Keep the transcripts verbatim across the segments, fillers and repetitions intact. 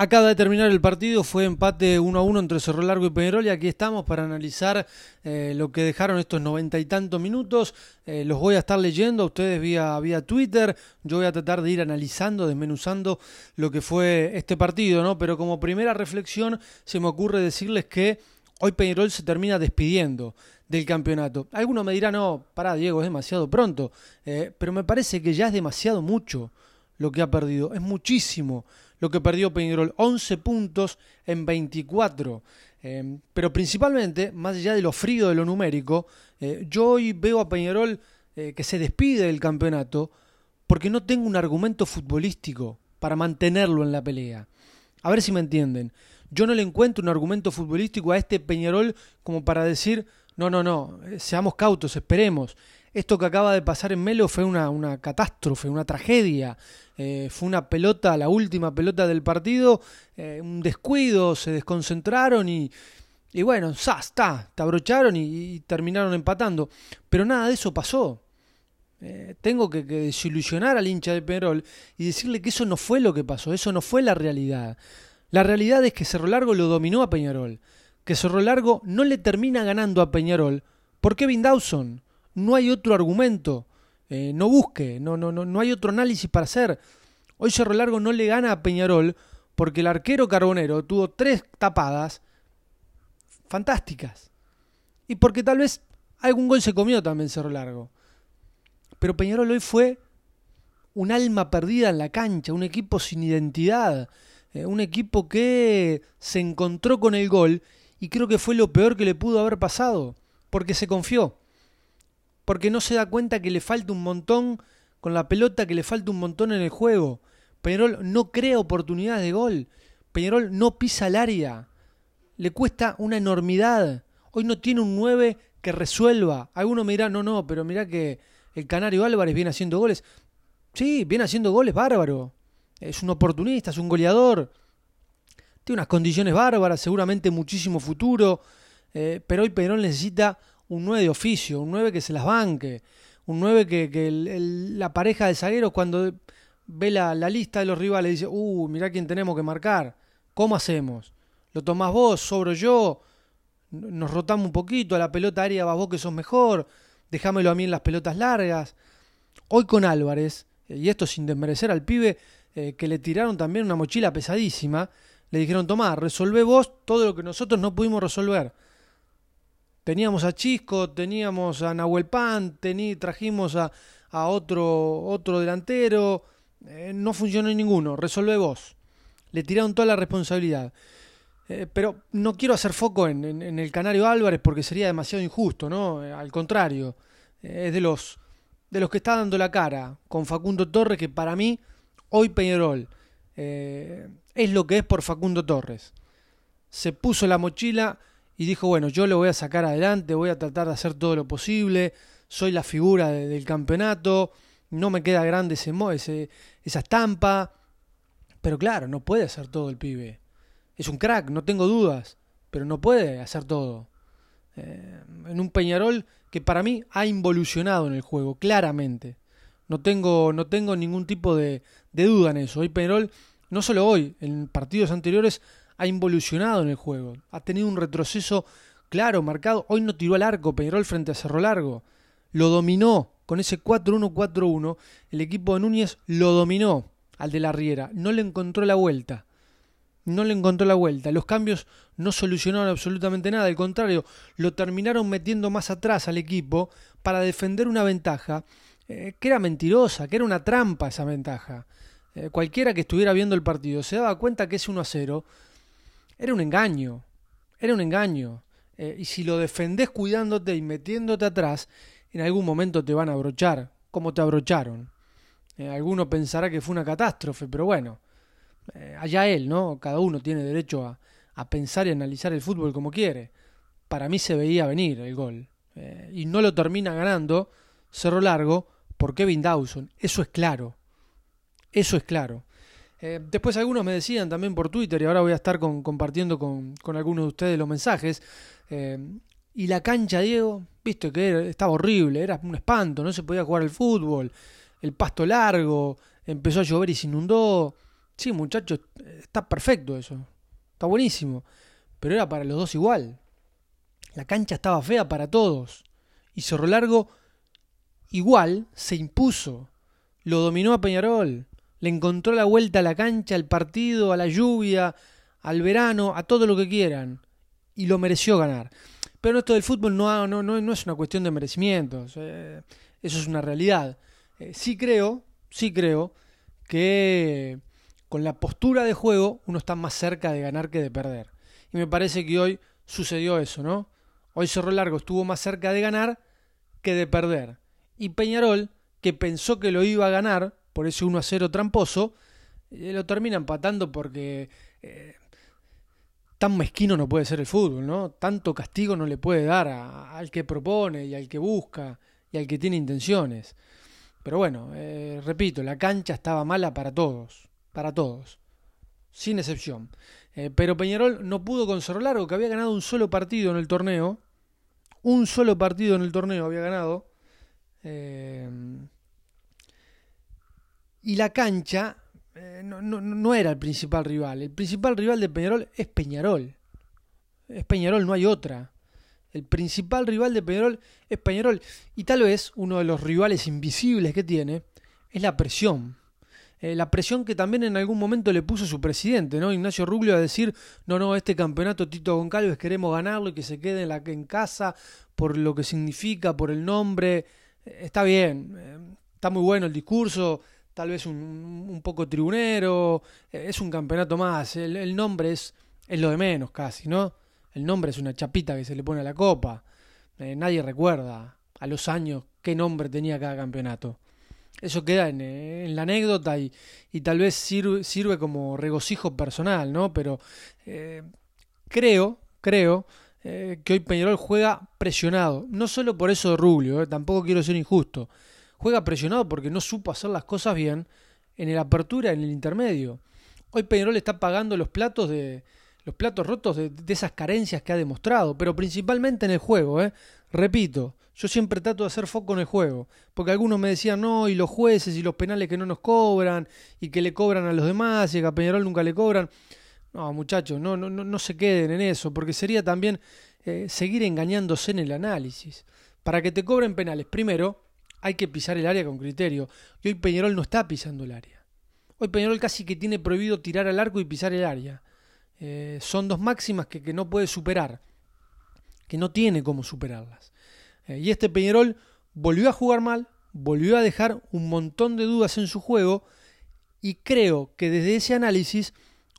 Acaba de terminar el partido, fue empate uno a uno entre Cerro Largo y Peñarol y aquí estamos para analizar eh, lo que dejaron estos noventa y tantos minutos. Eh, los voy a estar leyendo a ustedes vía, vía Twitter. Yo voy a tratar de ir analizando, desmenuzando lo que fue este partido, ¿no? Pero como primera reflexión se me ocurre decirles que hoy Peñarol se termina despidiendo del campeonato. Algunos me dirán, no, pará Diego, es demasiado pronto, eh, pero me parece que ya es demasiado mucho lo que ha perdido, es muchísimo lo que perdió Peñarol, once puntos en veinticuatro, eh, pero principalmente, más allá de lo frío de lo numérico, eh, yo hoy veo a Peñarol eh, que se despide del campeonato porque no tengo un argumento futbolístico para mantenerlo en la pelea. A ver si me entienden. Yo no le encuentro un argumento futbolístico a este Peñarol como para decir, no, no, no, seamos cautos, esperemos. Esto que acaba de pasar en Melo fue una, una catástrofe, una tragedia. Eh, fue una pelota, la última pelota del partido, eh, un descuido, se desconcentraron y, y bueno, ¡zas! Ta, te abrocharon y, y terminaron empatando. Pero nada de eso pasó. Eh, tengo que, que desilusionar al hincha de Peñarol y decirle que eso no fue lo que pasó, eso no fue la realidad. La realidad es que Cerro Largo lo dominó a Peñarol, que Cerro Largo no le termina ganando a Peñarol por Kevin Dawson. No hay otro argumento, eh, no busque, no, no, no, no hay otro análisis para hacer. Hoy Cerro Largo no le gana a Peñarol porque el arquero Carbonero tuvo tres tapadas fantásticas. Y porque tal vez algún gol se comió también Cerro Largo. Pero Peñarol hoy fue un alma perdida en la cancha, un equipo sin identidad, eh, un equipo que se encontró con el gol y creo que fue lo peor que le pudo haber pasado, porque se confió. Porque no se da cuenta que le falta un montón con la pelota, que le falta un montón en el juego. Peñarol no crea oportunidades de gol. Peñarol no pisa el área. Le cuesta una enormidad. Hoy no tiene un nueve que resuelva. Algunos me dirán, no, no, pero mirá que el Canario Álvarez viene haciendo goles. Sí, viene haciendo goles bárbaro. Es un oportunista, es un goleador. Tiene unas condiciones bárbaras, seguramente muchísimo futuro. Eh, pero hoy Peñarol necesita un nueve de oficio, un nueve que se las banque, un nueve que, que el, el, la pareja de zagueros cuando ve la, la lista de los rivales dice, uh, mirá quién tenemos que marcar, ¿cómo hacemos? ¿Lo tomás vos, sobro yo? Nos rotamos un poquito, a la pelota aérea vas vos que sos mejor, dejámelo a mí en las pelotas largas. Hoy con Álvarez, y esto sin desmerecer al pibe, eh, que le tiraron también una mochila pesadísima, le dijeron, tomá, resolvé vos todo lo que nosotros no pudimos resolver. Teníamos a Chisco, teníamos a Nahuel Pan, tení, trajimos a, a otro, otro delantero, eh, no funcionó ninguno, resolvé vos. Le tiraron toda la responsabilidad. Eh, pero no quiero hacer foco en, en, en el Canario Álvarez porque sería demasiado injusto, ¿no? Eh, al contrario, eh, es de los, de los que está dando la cara con Facundo Torres, que para mí, hoy Peñarol eh, es lo que es por Facundo Torres. Se puso la mochila y dijo, bueno, yo lo voy a sacar adelante, voy a tratar de hacer todo lo posible, soy la figura de, del campeonato, no me queda grande ese, ese, esa estampa, pero claro, no puede hacer todo el pibe. Es un crack, no tengo dudas, pero no puede hacer todo. Eh, en un Peñarol que para mí ha involucionado en el juego, claramente. No tengo, no tengo ningún tipo de, de duda en eso. Hoy Peñarol, no solo hoy, en partidos anteriores, ha involucionado en el juego, ha tenido un retroceso claro, marcado. Hoy no tiró al arco Peñarol frente a Cerro Largo, lo dominó con ese cuatro uno cuatro uno, el equipo de Núñez lo dominó al de la Riera, no le encontró la vuelta, no le encontró la vuelta, los cambios no solucionaron absolutamente nada, al contrario, lo terminaron metiendo más atrás al equipo para defender una ventaja eh, que era mentirosa, que era una trampa esa ventaja. Eh, cualquiera que estuviera viendo el partido se daba cuenta que ese uno a cero era un engaño, era un engaño. Eh, y si lo defendés cuidándote y metiéndote atrás, en algún momento te van a abrochar, como te abrocharon. Eh, alguno pensará que fue una catástrofe, pero bueno, eh, allá él, ¿no? Cada uno tiene derecho a, a pensar y analizar el fútbol como quiere. Para mí se veía venir el gol. Eh, y no lo termina ganando Cerro Largo por Kevin Dawson. Eso es claro. Eso es claro. Eh, después algunos me decían también por Twitter, y ahora voy a estar con, compartiendo con, con algunos de ustedes los mensajes, eh, y la cancha, Diego, viste que era, estaba horrible, era un espanto, no se podía jugar al fútbol, el pasto largo, empezó a llover y se inundó. Sí, muchachos, está perfecto eso. Está buenísimo. Pero era para los dos igual. La cancha estaba fea para todos. Y Cerro Largo igual se impuso. Lo dominó a Peñarol. Le encontró la vuelta a la cancha, al partido, a la lluvia, al verano, a todo lo que quieran. Y lo mereció ganar. Pero esto del fútbol no, no, no, no es una cuestión de merecimientos. Eh, eso es una realidad. Eh, sí creo, sí creo que con la postura de juego uno está más cerca de ganar que de perder. Y me parece que hoy sucedió eso, ¿no? Hoy Cerro Largo estuvo más cerca de ganar que de perder. Y Peñarol, que pensó que lo iba a ganar por ese uno a cero tramposo, eh, lo termina empatando porque eh, tan mezquino no puede ser el fútbol, ¿no? Tanto castigo no le puede dar a, al que propone y al que busca y al que tiene intenciones. Pero bueno, eh, repito, la cancha estaba mala para todos, para todos, sin excepción. Eh, pero Peñarol no pudo con Cerro Largo, que había ganado un solo partido en el torneo. Un solo partido en el torneo había ganado. Eh, y la cancha eh, no, no, no era el principal rival. El principal rival de Peñarol es Peñarol. Es Peñarol, no hay otra. El principal rival de Peñarol es Peñarol. Y tal vez uno de los rivales invisibles que tiene es la presión. Eh, la presión que también en algún momento le puso su presidente, ¿no? Ignacio Ruglio, a decir, no, no, este campeonato Tito Goncalves queremos ganarlo y que se quede en, la, en casa por lo que significa, por el nombre. Eh, está bien, eh, está muy bueno el discurso, tal vez un, un poco tribunero, eh, es un campeonato más, el, el nombre es, es lo de menos casi, ¿no? El nombre es una chapita que se le pone a la copa. Eh, nadie recuerda a los años qué nombre tenía cada campeonato. Eso queda en, en la anécdota y, y tal vez sirve, sirve como regocijo personal, ¿no? Pero eh, creo, creo eh, que hoy Peñarol juega presionado. No solo por eso de Rubio, eh, tampoco quiero ser injusto. Juega presionado porque no supo hacer las cosas bien en el apertura, en el intermedio. Hoy Peñarol está pagando los platos de los platos rotos de, de esas carencias que ha demostrado, pero principalmente en el juego, ¿eh? Repito, yo siempre trato de hacer foco en el juego, porque algunos me decían, no, y los jueces y los penales que no nos cobran, y que le cobran a los demás, y que a Peñarol nunca le cobran. No, muchachos, no, no, no, no se queden en eso, porque sería también eh, seguir engañándose en el análisis. Para que te cobren penales, primero, hay que pisar el área con criterio, y hoy Peñarol no está pisando el área. Hoy Peñarol casi que tiene prohibido tirar al arco y pisar el área. Eh, son dos máximas que, que no puede superar, que no tiene cómo superarlas. Eh, y este Peñarol volvió a jugar mal, volvió a dejar un montón de dudas en su juego, y creo que desde ese análisis,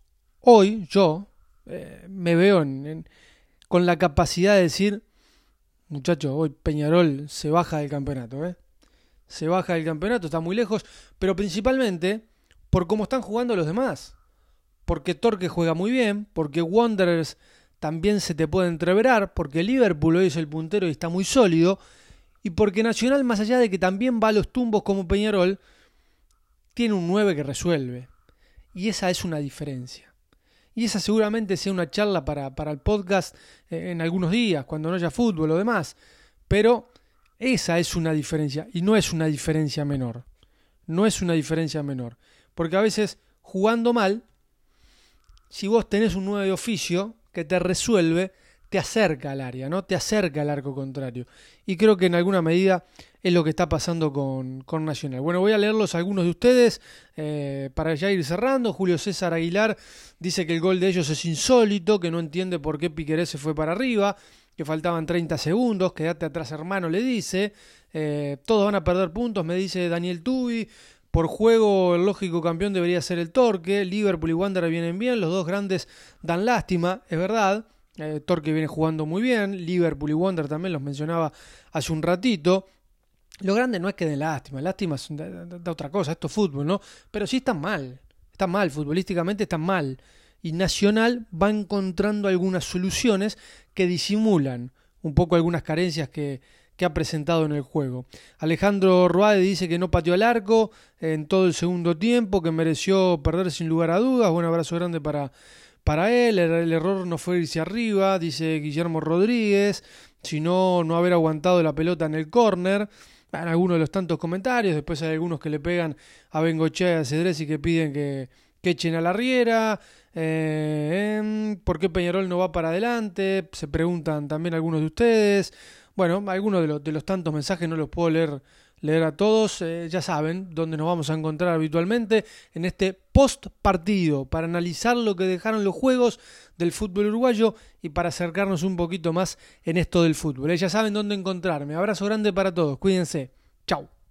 hoy yo eh, me veo en, en, con la capacidad de decir, muchachos, hoy Peñarol se baja del campeonato, ¿eh? se baja del campeonato, está muy lejos, pero principalmente por cómo están jugando los demás. Porque Torque juega muy bien, porque Wanderers también se te puede entreverar, porque Liverpool hoy es el puntero y está muy sólido, y porque Nacional, más allá de que también va a los tumbos como Peñarol, tiene un nueve que resuelve. Y esa es una diferencia. Y esa seguramente sea una charla para, para el podcast eh, en algunos días, cuando no haya fútbol o demás. Pero esa es una diferencia, y no es una diferencia menor. No es una diferencia menor. Porque a veces, jugando mal, si vos tenés un nueve de oficio que te resuelve, te acerca al área, ¿no? Te acerca al arco contrario. Y creo que en alguna medida es lo que está pasando con, con Nacional. Bueno, voy a leerlos a algunos de ustedes eh, para ya ir cerrando. Julio César Aguilar dice que el gol de ellos es insólito, que no entiende por qué Piquerés se fue para arriba, que faltaban treinta segundos, quédate atrás hermano, le dice. Eh, todos van a perder puntos, me dice Daniel Tubi. Por juego, el lógico campeón debería ser el Torque. Liverpool y Wander vienen bien. Los dos grandes dan lástima, es verdad. Eh, Torque viene jugando muy bien. Liverpool y Wander también los mencionaba hace un ratito. Los grandes no es que den lástima. Lástima es de, de, de otra cosa. Esto es fútbol, ¿no? Pero sí están mal. Están mal. Futbolísticamente están mal. Y Nacional va encontrando algunas soluciones que disimulan un poco algunas carencias que... que ha presentado en el juego. Alejandro Roade dice que no pateó al arco en todo el segundo tiempo, que mereció perder sin lugar a dudas. Buen abrazo grande para, para él. El, el error no fue irse arriba, dice Guillermo Rodríguez, sino no haber aguantado la pelota en el córner. Bueno, algunos de los tantos comentarios. Después hay algunos que le pegan a Bengochea y a Cedrés y que piden que, que echen a la Riera, eh, por qué Peñarol no va para adelante, se preguntan también algunos de ustedes. Bueno, algunos de los, de los tantos mensajes no los puedo leer, leer a todos, eh, ya saben dónde nos vamos a encontrar habitualmente en este post partido para analizar lo que dejaron los juegos del fútbol uruguayo y para acercarnos un poquito más en esto del fútbol. Eh, ya saben dónde encontrarme. Abrazo grande para todos, cuídense, chau.